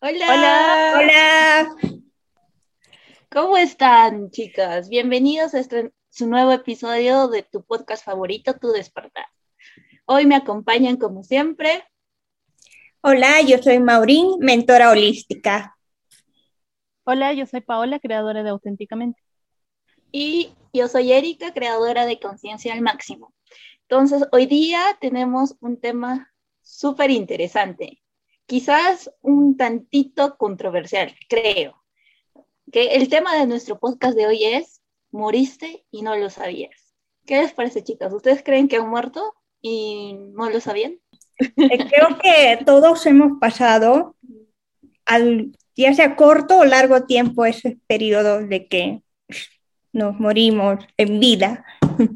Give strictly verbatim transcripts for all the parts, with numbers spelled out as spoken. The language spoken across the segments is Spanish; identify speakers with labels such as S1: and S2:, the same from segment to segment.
S1: Hola,
S2: Hola,
S3: Hola,
S1: ¿cómo están, chicas? Bienvenidos a este, su nuevo episodio de tu podcast favorito, Tu Despertar. Hoy me acompañan, como siempre,
S3: hola, yo soy Maurín, mentora holística.
S2: hola, yo soy Paola, creadora de Auténticamente.
S1: y yo soy Erika, creadora de Conciencia al Máximo. Entonces, hoy día tenemos un tema súper interesante, quizás un tantito controversial, creo. Que el tema de nuestro podcast de hoy es moriste y no lo sabías. ¿Qué les parece, chicas? ¿Ustedes creen que han muerto y no lo sabían?
S3: Eh, creo que todos hemos pasado, al, ya sea corto o largo tiempo, esos periodos de que nos morimos en vida.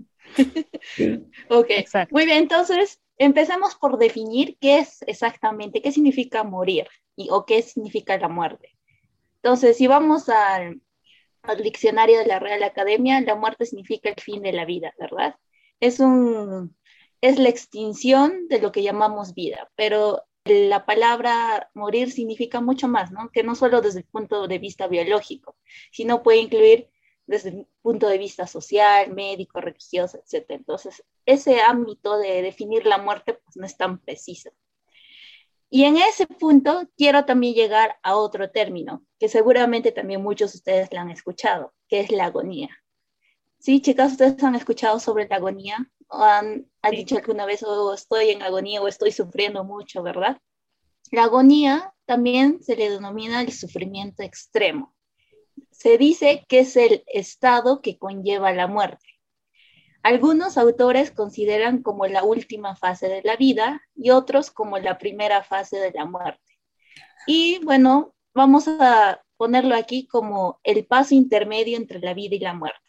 S3: Sí.
S1: Ok,
S2: Exacto.
S1: muy bien, entonces empecemos por definir qué es exactamente, qué significa morir y, o qué significa la muerte. Entonces, si vamos al, al diccionario de la Real Academia, la muerte significa el fin de la vida, ¿verdad? Es un, es la extinción de lo que llamamos vida, pero la palabra morir significa mucho más, ¿no? Que no solo desde el punto de vista biológico, sino puede incluir desde el punto de vista social, médico, religioso, etcétera. Entonces, ese ámbito de definir la muerte pues, no es tan preciso. Y en ese punto quiero también llegar a otro término, que seguramente también muchos de ustedes lo han escuchado, que es la agonía. Sí, chicas, ustedes han escuchado sobre la agonía, o han, han
S2: Sí.
S1: dicho alguna vez, oh, estoy en agonía o estoy sufriendo mucho, ¿verdad? La agonía también se le denomina el sufrimiento extremo. Se dice que es el estado que conlleva la muerte. Algunos autores consideran como la última fase de la vida y otros como la primera fase de la muerte. Y bueno, vamos a ponerlo aquí como el paso intermedio entre la vida y la muerte.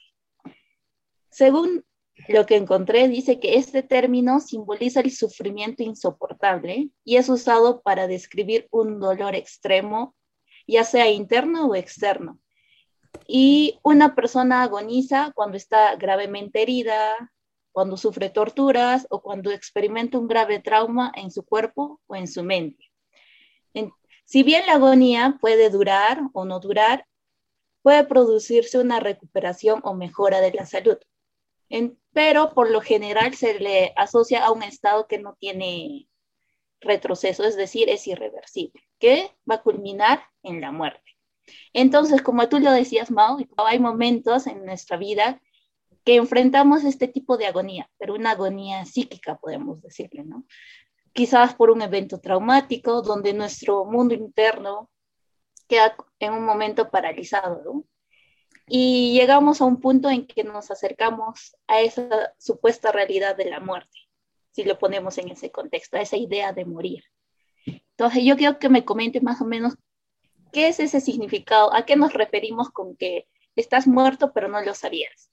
S1: Según lo que encontré, dice que este término simboliza el sufrimiento insoportable y es usado para describir un dolor extremo, ya sea interno o externo. Y una persona agoniza cuando está gravemente herida, cuando sufre torturas o cuando experimenta un grave trauma en su cuerpo o en su mente. En, si bien la agonía puede durar o no durar, puede producirse una recuperación o mejora de la salud. En, pero por lo general se le asocia a un estado que no tiene retroceso, es decir, es irreversible, que va a culminar en la muerte. Entonces, como tú lo decías, Mao, hay momentos en nuestra vida que enfrentamos este tipo de agonía, pero una agonía psíquica, podemos decirle, ¿no? Quizás por un evento traumático donde nuestro mundo interno queda en un momento paralizado, ¿no? Y llegamos a un punto en que nos acercamos a esa supuesta realidad de la muerte, si lo ponemos en ese contexto, a esa idea de morir. Entonces, yo quiero que me comente más o menos qué es ese significado, a qué nos referimos con que estás muerto pero no lo sabías.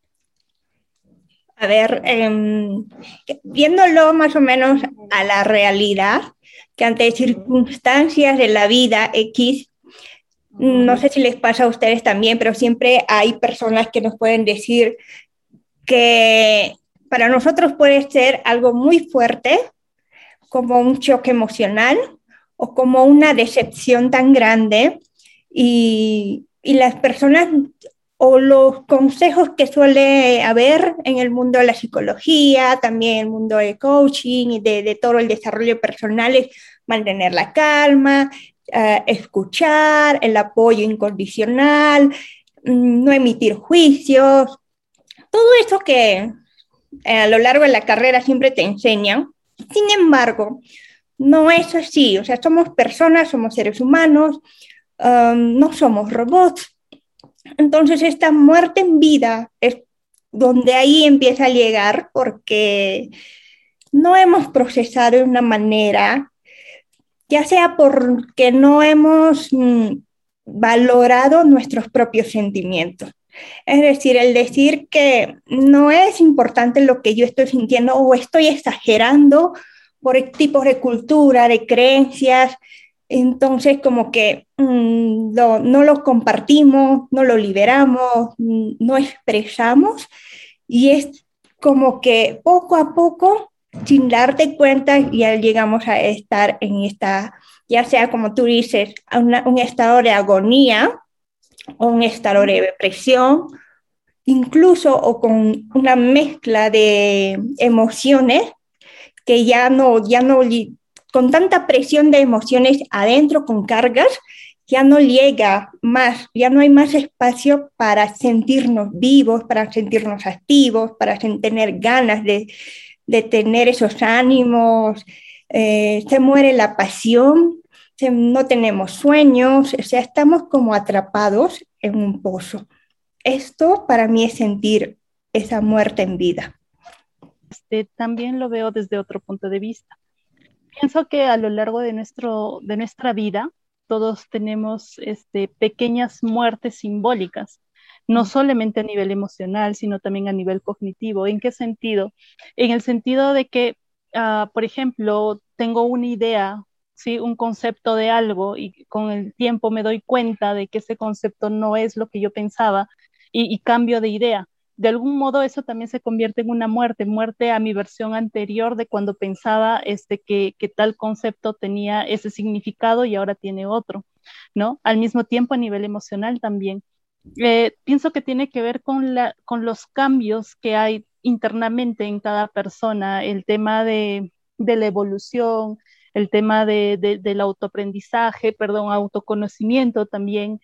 S3: A ver, eh, viéndolo más o menos a la realidad, que ante circunstancias de la vida X, no sé si les pasa a ustedes también, pero siempre hay personas que nos pueden decir que para nosotros puede ser algo muy fuerte, como un choque emocional o como una decepción tan grande, y, y las personas o los consejos que suele haber en el mundo de la psicología, también en el mundo de coaching y de, de todo el desarrollo personal es mantener la calma, uh, escuchar, el apoyo incondicional, no emitir juicios, todo eso que eh, a lo largo de la carrera siempre te enseñan. Sin embargo, no es así, o sea, somos personas, somos seres humanos, um, no somos robots. Entonces, esta muerte en vida es donde ahí empieza a llegar porque no hemos procesado de una manera, ya sea porque no hemos mm, valorado nuestros propios sentimientos. Es decir, el decir que no es importante lo que yo estoy sintiendo o estoy exagerando por tipos de cultura, de creencias, entonces como que mmm, lo, no lo compartimos, no lo liberamos, mmm, no expresamos y es como que poco a poco sin darte cuenta ya llegamos a estar en esta, ya sea como tú dices, una, un estado de agonía o un estado de depresión, incluso o con una mezcla de emociones que ya no, ya no, con tanta presión de emociones adentro, con cargas, ya no llega más, ya no hay más espacio para sentirnos vivos, para sentirnos activos, para tener ganas de, de tener esos ánimos, eh, se muere la pasión, se, no tenemos sueños, o sea, estamos como atrapados en un pozo. Esto para mí es sentir esa muerte en vida.
S2: Este, también lo veo desde otro punto de vista. Pienso que a lo largo de, nuestro, de nuestra vida, todos tenemos este, pequeñas muertes simbólicas, no solamente a nivel emocional, sino también a nivel cognitivo. ¿En qué sentido? En el sentido de que, uh, por ejemplo, tengo una idea, ¿sí? Un concepto de algo y con el tiempo me doy cuenta de que ese concepto no es lo que yo pensaba y, y cambio de idea. De algún modo eso también se convierte en una muerte, muerte a mi versión anterior de cuando pensaba este, que, que tal concepto tenía ese significado y ahora tiene otro, ¿no? Al mismo tiempo a nivel emocional también. Eh, pienso que tiene que ver con, la, con los cambios que hay internamente en cada persona, el tema de, de la evolución, el tema de, de, del autoaprendizaje, perdón, autoconocimiento también,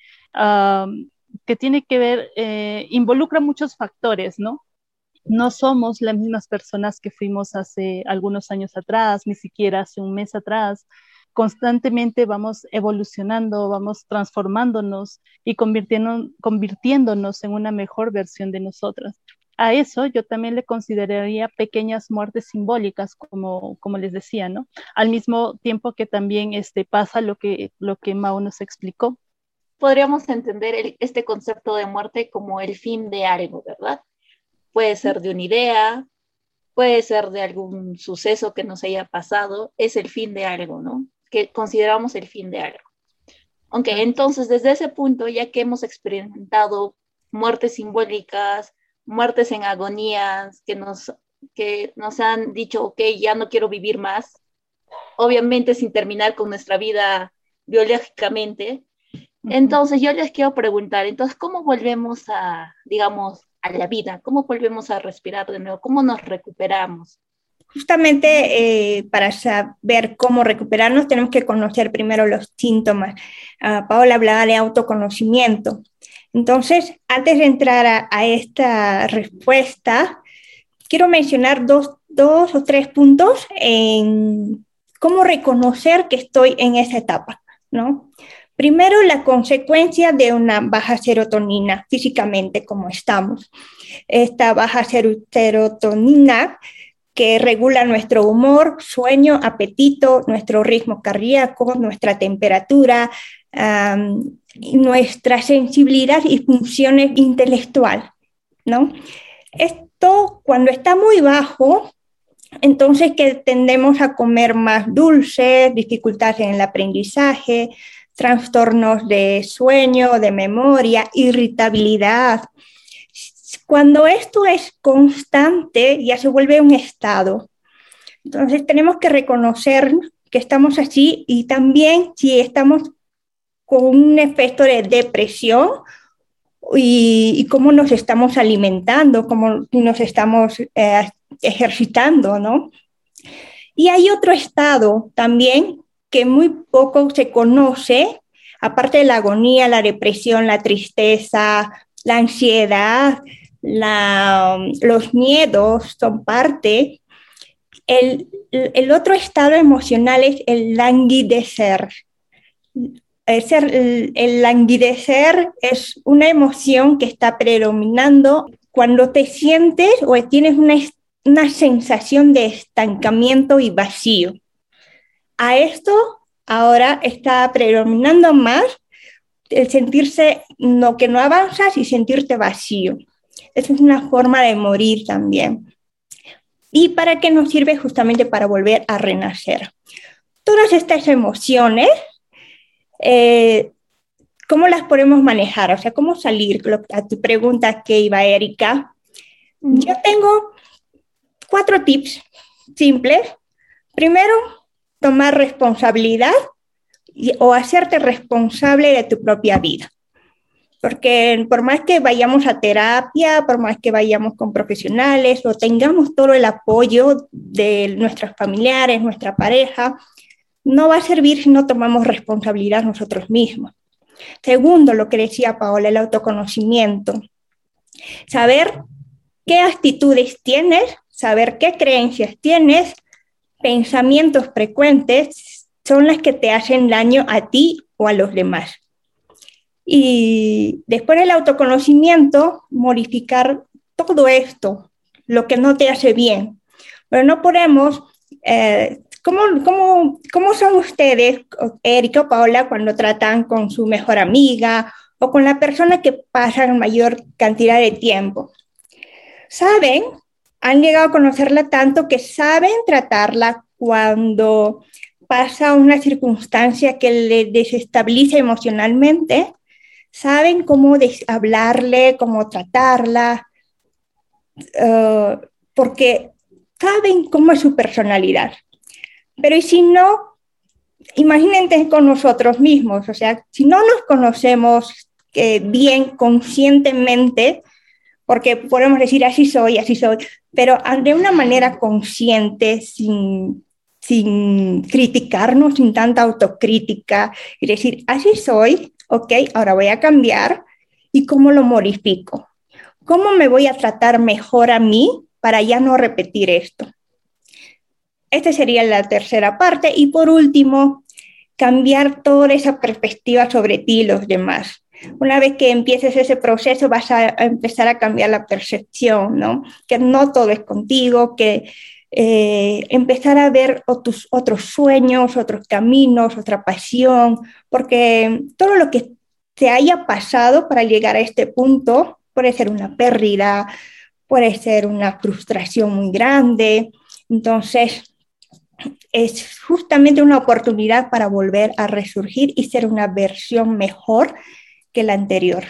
S2: um, que tiene que ver, eh, involucra muchos factores, ¿no? No somos las mismas personas que fuimos hace algunos años atrás, ni siquiera hace un mes atrás. Constantemente vamos evolucionando, vamos transformándonos y convirtiendo, convirtiéndonos en una mejor versión de nosotras. A eso yo también le consideraría pequeñas muertes simbólicas, como, como les decía, ¿no? Al mismo tiempo que también este, pasa lo que, lo que Mao nos explicó.
S1: Podríamos entender el, este concepto de muerte como el fin de algo, ¿verdad? Puede ser de una idea, puede ser de algún suceso que nos haya pasado, es el fin de algo, ¿no? Que consideramos el fin de algo. Aunque okay, entonces desde ese punto, ya que hemos experimentado muertes simbólicas, muertes en agonías, que nos, que nos han dicho, ok, ya no quiero vivir más, obviamente sin terminar con nuestra vida biológicamente. Entonces yo les quiero preguntar, entonces, ¿cómo volvemos a, digamos, a la vida? ¿Cómo volvemos a respirar de nuevo? ¿Cómo nos recuperamos?
S3: Justamente eh, para saber cómo recuperarnos tenemos que conocer primero los síntomas. Uh, Paola hablaba de autoconocimiento. Entonces, antes de entrar a, a esta respuesta, quiero mencionar dos, dos o tres puntos en cómo reconocer que estoy en esa etapa, ¿no? Primero, la consecuencia de una baja serotonina físicamente, como estamos. Esta baja serotonina que regula nuestro humor, sueño, apetito, nuestro ritmo cardíaco, nuestra temperatura, um, nuestra sensibilidad y funciones intelectuales, ¿no? Esto, cuando está muy bajo, entonces que tendemos a comer más dulces, dificultades en el aprendizaje, trastornos de sueño, de memoria, irritabilidad. Cuando esto es constante, ya se vuelve un estado. Entonces tenemos que reconocer que estamos así y también si estamos con un efecto de depresión y, y cómo nos estamos alimentando, cómo nos estamos eh, ejercitando, ¿no? Y hay otro estado también que muy poco se conoce, aparte de la agonía, la depresión, la tristeza, la ansiedad, la, los miedos son parte. El, el otro estado emocional es el languidecer. Es el, el languidecer es una emoción que está predominando cuando te sientes o tienes una, una sensación de estancamiento y vacío. A esto ahora está predominando más el sentirse no, que no avanzas y sentirte vacío. Esa es una forma de morir también. ¿Y para qué nos sirve? Justamente para volver a renacer. Todas estas emociones, eh, ¿cómo las podemos manejar? O sea, ¿cómo salir? A tu pregunta que iba Erika, yo tengo cuatro tips simples. Primero, tomar responsabilidad y, o hacerte responsable de tu propia vida. Porque por más que vayamos a terapia, por más que vayamos con profesionales o tengamos todo el apoyo de nuestros familiares, nuestra pareja, no va a servir si no tomamos responsabilidad nosotros mismos. Segundo, lo que decía Paola, el autoconocimiento. Saber qué actitudes tienes, saber qué creencias tienes, pensamientos frecuentes son las que te hacen daño a ti o a los demás. Y después del autoconocimiento, modificar todo esto, lo que no te hace bien. Pero no podemos... Eh, ¿cómo, cómo, ¿Cómo son ustedes, Erika o Paola, cuando tratan con su mejor amiga o con la persona que pasan mayor cantidad de tiempo? ¿Saben? Han llegado a conocerla tanto que saben tratarla cuando pasa una circunstancia que le desestabiliza emocionalmente. Saben cómo hablarle, cómo tratarla, uh, porque saben cómo es su personalidad. Pero y si no, imagínense con nosotros mismos, o sea, si no nos conocemos eh, bien, conscientemente, porque podemos decir así soy, así soy, pero de una manera consciente, sin, sin criticarnos, sin tanta autocrítica, y decir, así soy, ok, ahora voy a cambiar, ¿y cómo lo modifico? ¿Cómo me voy a tratar mejor a mí para ya no repetir esto? Esta sería la tercera parte. Y por último, cambiar toda esa perspectiva sobre ti y los demás. Una vez que empieces ese proceso, vas a empezar a cambiar la percepción, ¿no? Que no todo es contigo, que eh, empezar a ver otros, otros sueños, otros caminos, otra pasión, porque todo lo que te haya pasado para llegar a este punto puede ser una pérdida, puede ser una frustración muy grande. Entonces, es justamente una oportunidad para volver a resurgir y ser una versión mejor que la anterior.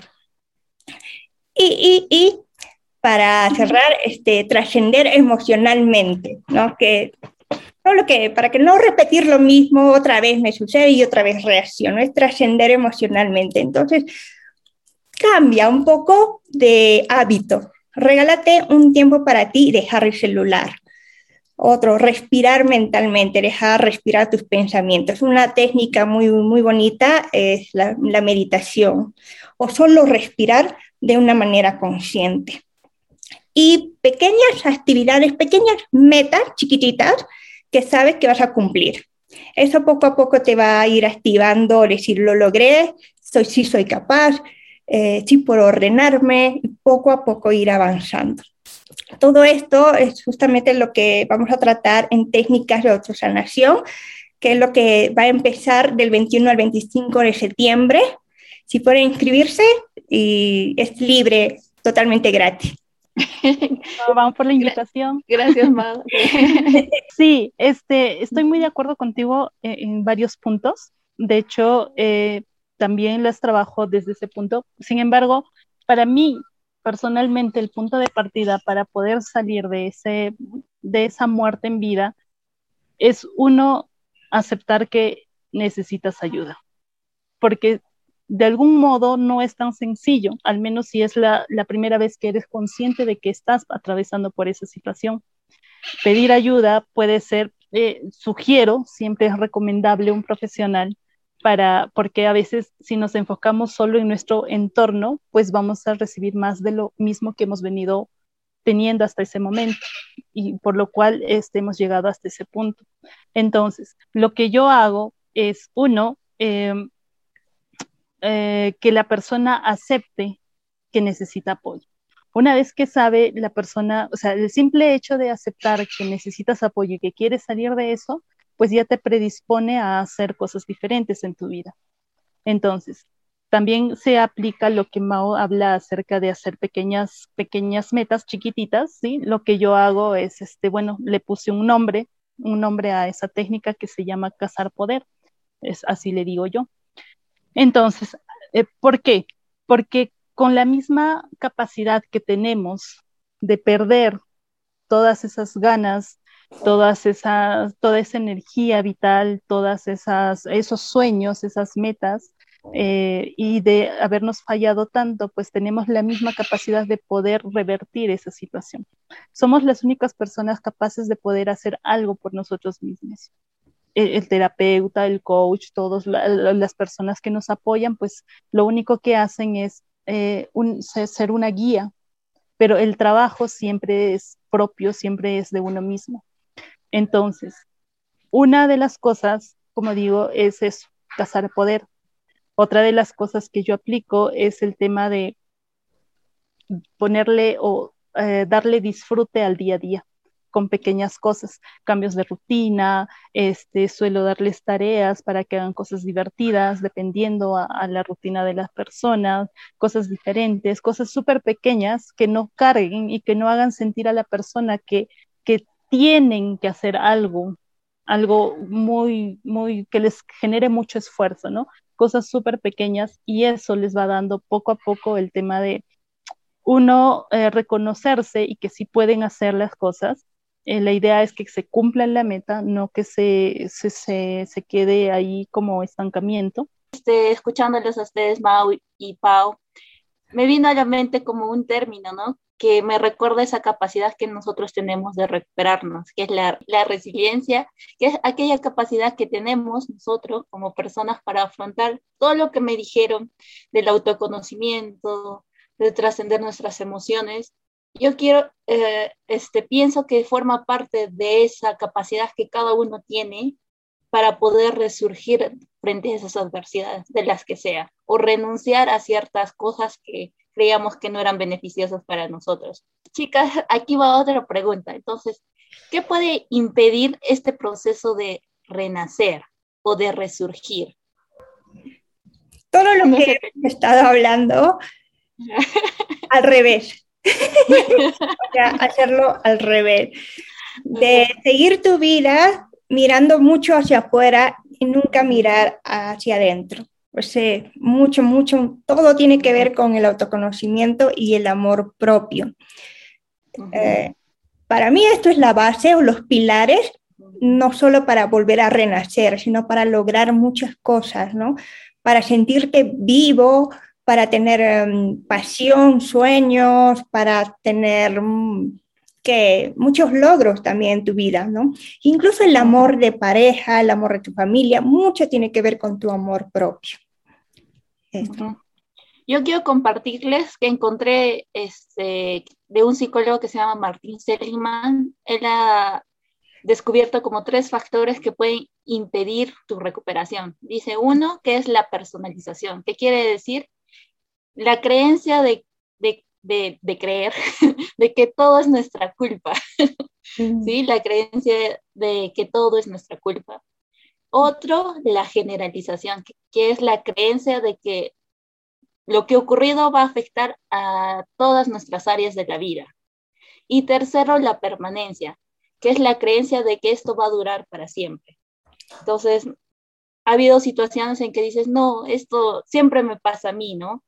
S3: Y, y, y para cerrar, este, trascender emocionalmente, ¿no? Que, no lo que, para que no repetir lo mismo, otra vez me sucede y otra vez reacciono, es trascender emocionalmente. Entonces, cambia un poco de hábito. Regálate un tiempo para ti y dejar el celular. Otro, respirar mentalmente, dejar respirar tus pensamientos. Una técnica muy, muy bonita es la, la meditación, o solo respirar de una manera consciente. Y pequeñas actividades, pequeñas metas chiquititas que sabes que vas a cumplir. Eso poco a poco te va a ir activando, decir, lo logré, soy, sí soy capaz, eh, sí puedo ordenarme, y poco a poco ir avanzando. Todo esto es justamente lo que vamos a tratar en técnicas de autosanación, que es lo que va a empezar del veintiuno al veinticinco de septiembre. Si pueden inscribirse, y es libre, totalmente gratis.
S2: No, vamos por la invitación.
S1: Gracias, Mau.
S2: Sí, este, estoy muy de acuerdo contigo en, en varios puntos. De hecho, eh, también las trabajo desde ese punto. Sin embargo, para mí, personalmente, el punto de partida para poder salir de, ese, de esa muerte en vida es, uno, aceptar que necesitas ayuda. Porque de algún modo no es tan sencillo, al menos si es la, la primera vez que eres consciente de que estás atravesando por esa situación. Pedir ayuda puede ser, eh, sugiero, siempre es recomendable un profesional, para, porque a veces si nos enfocamos solo en nuestro entorno, pues vamos a recibir más de lo mismo que hemos venido teniendo hasta ese momento, y por lo cual este, hemos llegado hasta ese punto. Entonces, lo que yo hago es, uno, eh, eh, que la persona acepte que necesita apoyo. Una vez que sabe la persona, o sea, el simple hecho de aceptar que necesitas apoyo y que quieres salir de eso, pues ya te predispone a hacer cosas diferentes en tu vida. Entonces, también se aplica lo que Mao habla acerca de hacer pequeñas, pequeñas metas chiquititas, ¿sí? Lo que yo hago es, este, bueno, le puse un nombre, un nombre a esa técnica que se llama cazar poder, es, así le digo yo. Entonces, eh, ¿por qué? Porque con la misma capacidad que tenemos de perder todas esas ganas todas esas, toda esa energía vital, todas esas, esos sueños, esas metas, eh, y de habernos fallado tanto, pues tenemos la misma capacidad de poder revertir esa situación. Somos las únicas personas capaces de poder hacer algo por nosotros mismos. El, el terapeuta, el coach, todas la, las personas que nos apoyan, pues lo único que hacen es eh, un, ser una guía, pero el trabajo siempre es propio, siempre es de uno mismo. Entonces, una de las cosas, como digo, es eso, cazar poder. Otra de las cosas que yo aplico es el tema de ponerle o eh, darle disfrute al día a día con pequeñas cosas, cambios de rutina, este, suelo darles tareas para que hagan cosas divertidas, dependiendo a, a la rutina de las personas, cosas diferentes, cosas súper pequeñas que no carguen y que no hagan sentir a la persona que, que tienen que hacer algo, algo muy, muy, que les genere mucho esfuerzo, ¿no? Cosas súper pequeñas, y eso les va dando poco a poco el tema de uno eh, reconocerse y que sí pueden hacer las cosas. Eh, la idea es que se cumpla la meta, no que se, se, se, se quede ahí como estancamiento.
S1: Este, escuchándoles a ustedes, Mau y Pau, me vino a la mente como un término, ¿no? Que me recuerda esa capacidad que nosotros tenemos de recuperarnos, que es la, la resiliencia, que es aquella capacidad que tenemos nosotros como personas para afrontar todo lo que me dijeron del autoconocimiento, de trascender nuestras emociones. Yo quiero, eh, este, pienso que forma parte de esa capacidad que cada uno tiene para poder resurgir frente a esas adversidades, de las que sea, o renunciar a ciertas cosas que creíamos que no eran beneficiosas para nosotros. Chicas, aquí va otra pregunta. Entonces, ¿qué puede impedir este proceso de renacer o de resurgir?
S3: Todo lo no que sé. Hemos estado hablando al revés. O sea, hacerlo al revés. De seguir tu vida mirando mucho hacia afuera y nunca mirar hacia adentro. O sea, mucho, mucho, todo tiene que ver con el autoconocimiento y el amor propio. Uh-huh. Eh, para mí esto es la base o los pilares, no solo para volver a renacer, sino para lograr muchas cosas, ¿no? Para sentirte vivo, para tener um, pasión, sueños, para tener um, que muchos logros también en tu vida, ¿no? Incluso el amor de pareja, el amor de tu familia, mucho tiene que ver con tu amor propio. Esto.
S1: Uh-huh. Yo quiero compartirles que encontré este, de un psicólogo que se llama Martin Seligman. Él ha descubierto como tres factores que pueden impedir tu recuperación. Dice uno, que es la personalización. ¿Qué quiere decir? La creencia de, de, de, de creer de que todo es nuestra culpa. Mm. ¿Sí? La creencia de que todo es nuestra culpa. Otro, la generalización, que, que es la creencia de que lo que ha ocurrido va a afectar a todas nuestras áreas de la vida. Y tercero, la permanencia, que es la creencia de que esto va a durar para siempre. Entonces, ha habido situaciones en que dices, no, esto siempre me pasa a mí, ¿no?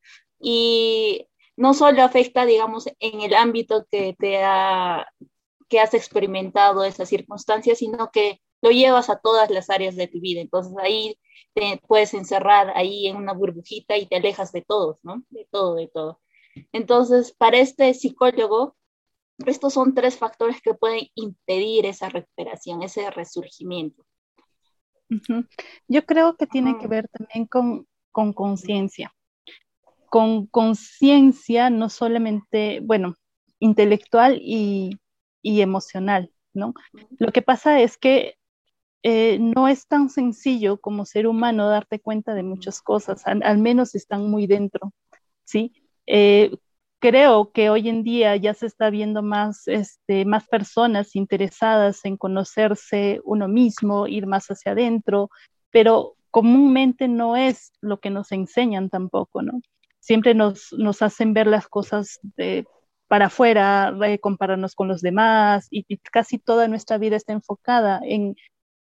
S1: Y no solo afecta, digamos, en el ámbito que te ha, que has experimentado esa circunstancia, sino que lo llevas a todas las áreas de tu vida. Entonces ahí te puedes encerrar ahí en una burbujita y te alejas de todos, ¿no? De todo, de todo. Entonces, para este psicólogo, estos son tres factores que pueden impedir esa recuperación, ese resurgimiento.
S2: Uh-huh. Yo creo que tiene uh-huh. que ver también con con conciencia. Con conciencia no solamente, bueno, intelectual y, y emocional, ¿no? Lo que pasa es que Eh, no es tan sencillo como ser humano darte cuenta de muchas cosas, al, al menos están muy dentro, ¿sí? Eh, creo que hoy en día ya se está viendo más, este, más personas interesadas en conocerse uno mismo, ir más hacia adentro, pero comúnmente no es lo que nos enseñan tampoco, ¿no? Siempre nos, nos hacen ver las cosas de, para afuera, eh, compararnos con los demás, y, y casi toda nuestra vida está enfocada en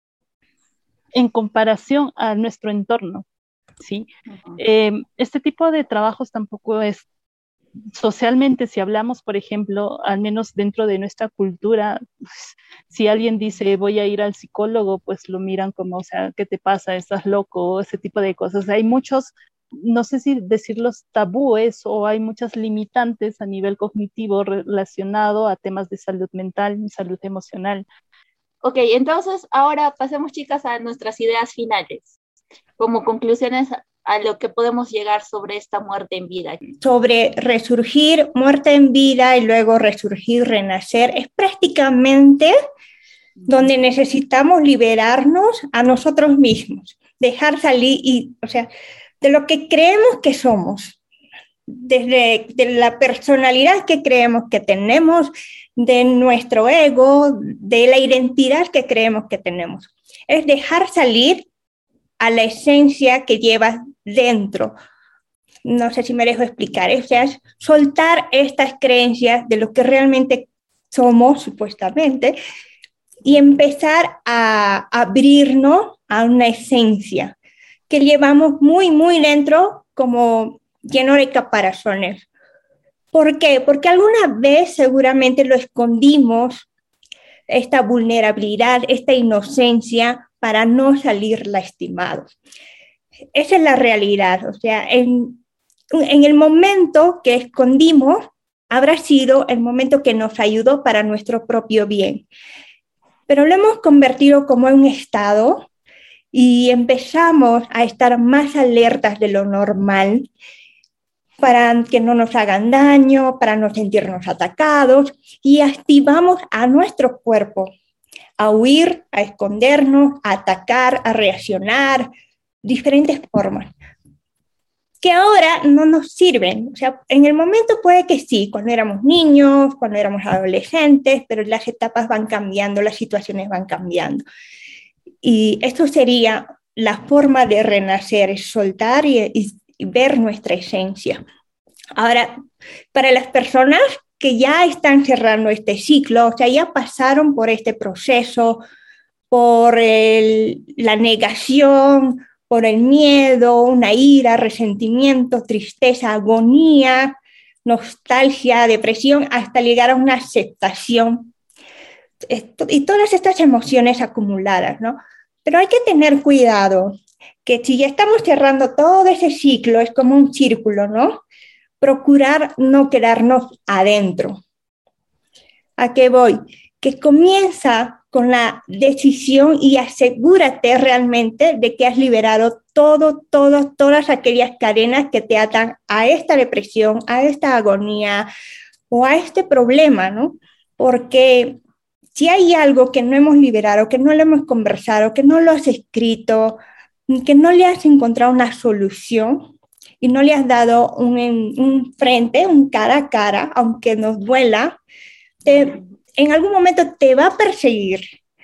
S2: en comparación a nuestro entorno, ¿sí? Uh-huh. Eh, este tipo de trabajos tampoco es socialmente, si hablamos, por ejemplo, al menos dentro de nuestra cultura, pues, si alguien dice voy a ir al psicólogo, pues lo miran como, o sea, ¿qué te pasa? ¿Estás loco? Ese tipo de cosas. Hay muchos, no sé si decirlos tabúes, o hay muchas limitantes a nivel cognitivo relacionado a temas de salud mental y salud emocional.
S1: Ok, entonces ahora pasemos, chicas, a nuestras ideas finales, como conclusiones a lo que podemos llegar sobre esta muerte en vida.
S3: Sobre resurgir, muerte en vida y luego resurgir, renacer, es prácticamente donde necesitamos liberarnos a nosotros mismos, dejar salir, y, o sea, de lo que creemos que somos, desde de la personalidad que creemos que tenemos, de nuestro ego, de la identidad que creemos que tenemos. Es dejar salir a la esencia que llevas dentro. No sé si me dejo explicar. O sea, es soltar estas creencias de lo que realmente somos, supuestamente, y empezar a abrirnos a una esencia que llevamos muy, muy dentro, como lleno de caparazones. ¿Por qué? Porque alguna vez seguramente lo escondimos, esta vulnerabilidad, esta inocencia, para no salir lastimados. Esa es la realidad. O sea, en, en el momento que escondimos, habrá sido el momento que nos ayudó para nuestro propio bien. Pero lo hemos convertido como en un estado y empezamos a estar más alertas de lo normal para que no nos hagan daño, para no sentirnos atacados, y activamos a nuestro cuerpo a huir, a escondernos, a atacar, a reaccionar, diferentes formas, que ahora no nos sirven. O sea, en el momento puede que sí, cuando éramos niños, cuando éramos adolescentes, pero las etapas van cambiando, las situaciones van cambiando. Y esto sería la forma de renacer, es soltar y, y, y ver nuestra esencia. Ahora, para las personas que ya están cerrando este ciclo, o sea, ya pasaron por este proceso, por el, la negación, por el miedo, una ira, resentimiento, tristeza, agonía, nostalgia, depresión, hasta llegar a una aceptación. Esto, y todas estas emociones acumuladas, ¿no? Pero hay que tener cuidado, que si ya estamos cerrando todo ese ciclo, es como un círculo, ¿no? Procurar no quedarnos adentro. ¿A qué voy? Que comienza con la decisión y asegúrate realmente de que has liberado todo, todo, todas aquellas cadenas que te atan a esta depresión, a esta agonía o a este problema, ¿no? Porque si hay algo que no hemos liberado, que no lo hemos conversado, que no lo has escrito, que no le has encontrado una solución y no le has dado un, un frente, un cara a cara, aunque nos duela, te, en algún momento te va a perseguir.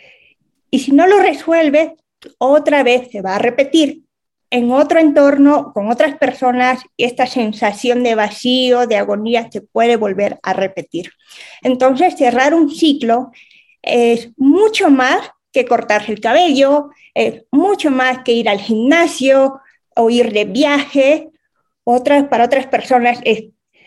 S3: Y si no lo resuelves, otra vez se va a repetir en otro entorno, con otras personas, y esta sensación de vacío, de agonía, se puede volver a repetir. Entonces, cerrar un ciclo es mucho más que cortarse el cabello, es mucho más que ir al gimnasio o ir de viaje. Otras, para otras personas es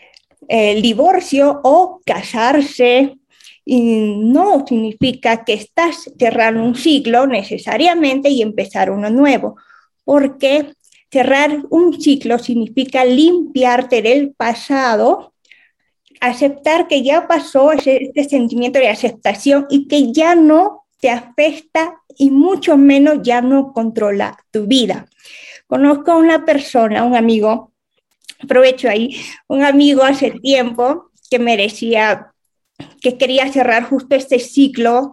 S3: el divorcio o casarse. Y no significa que estás cerrando un ciclo necesariamente y empezar uno nuevo, porque cerrar un ciclo significa limpiarte del pasado, aceptar que ya pasó ese, ese sentimiento de aceptación y que ya no te afecta y mucho menos ya no controla tu vida. Conozco a una persona, un amigo, aprovecho ahí, un amigo hace tiempo que me decía que quería cerrar justo este ciclo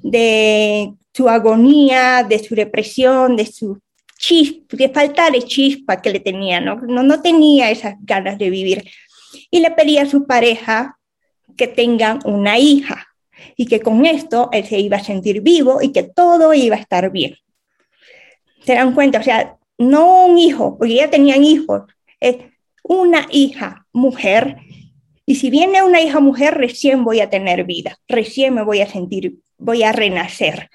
S3: de su agonía, de su depresión, de su chispa, de falta de chispa que le tenía, ¿no? No, no tenía esas ganas de vivir. Y le pedía a su pareja que tengan una hija y que con esto él se iba a sentir vivo y que todo iba a estar bien. ¿Se dan cuenta? O sea, no un hijo, porque ya tenían hijos, es una hija mujer. Y si viene una hija mujer, recién voy a tener vida, recién me voy a sentir, voy a renacer.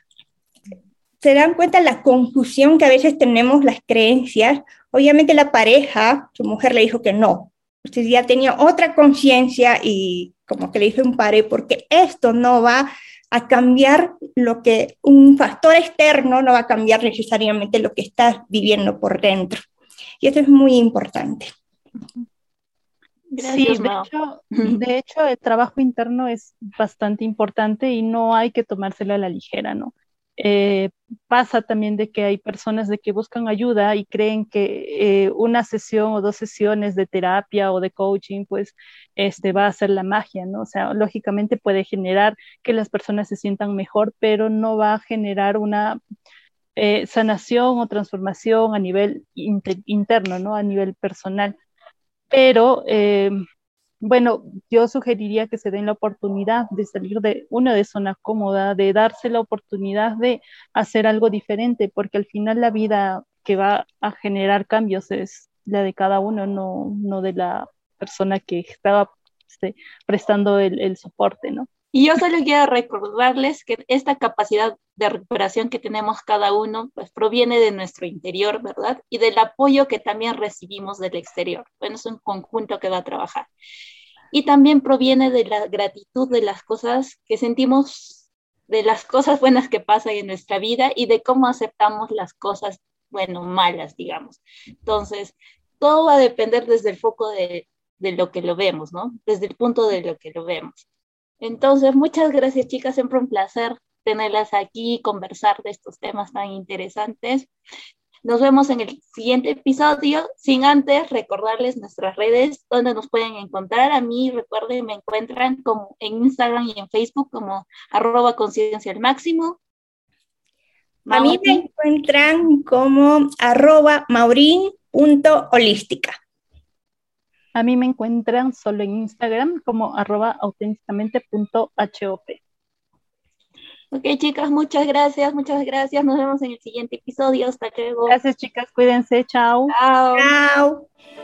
S3: ¿Se dan cuenta la confusión que a veces tenemos las creencias? Obviamente la pareja, su mujer le dijo que no, Usted ya tenía otra conciencia y como que le hizo un pare, porque esto no va a cambiar lo que un factor externo no va a cambiar necesariamente lo que estás viviendo por dentro. Y eso es muy importante.
S2: Gracias, sí, de hecho, de hecho, el trabajo interno es bastante importante y no hay que tomárselo a la ligera, ¿no? Eh, pasa también de que hay personas de que buscan ayuda y creen que eh, una sesión o dos sesiones de terapia o de coaching, pues, este, va a hacer la magia, ¿no? O sea, lógicamente puede generar que las personas se sientan mejor, pero no va a generar una eh, sanación o transformación a nivel inter interno, ¿no? A nivel personal. Pero, eh, bueno, yo sugeriría que se den la oportunidad de salir de una de zona cómoda, de darse la oportunidad de hacer algo diferente, porque al final la vida que va a generar cambios es la de cada uno, no, no de la persona que estaba este, prestando el, el soporte, ¿no?
S1: Y yo solo quiero recordarles que esta capacidad de recuperación que tenemos cada uno, pues proviene de nuestro interior, ¿verdad? Y del apoyo que también recibimos del exterior. Bueno, es un conjunto que va a trabajar. Y también proviene de la gratitud de las cosas que sentimos, de las cosas buenas que pasan en nuestra vida y de cómo aceptamos las cosas, bueno, malas, digamos. Entonces, todo va a depender desde el foco de, de lo que lo vemos, ¿no? Desde el punto de lo que lo vemos. Entonces, muchas gracias, chicas, siempre un placer tenerlas aquí, conversar de estos temas tan interesantes. Nos vemos en el siguiente episodio, sin antes recordarles nuestras redes, donde nos pueden encontrar. A mí, recuerden, me encuentran como en Instagram y en Facebook como arroba conciencia al máximo.
S3: A mí me encuentran como arroba maurin punto holística.
S2: A mí me encuentran solo en Instagram como arroba auténticamente punto hop.
S1: Ok, chicas, muchas gracias, muchas gracias. Nos vemos en el siguiente episodio. Hasta luego.
S2: Gracias, chicas. Cuídense. Chao.
S1: Chao.
S3: Chao.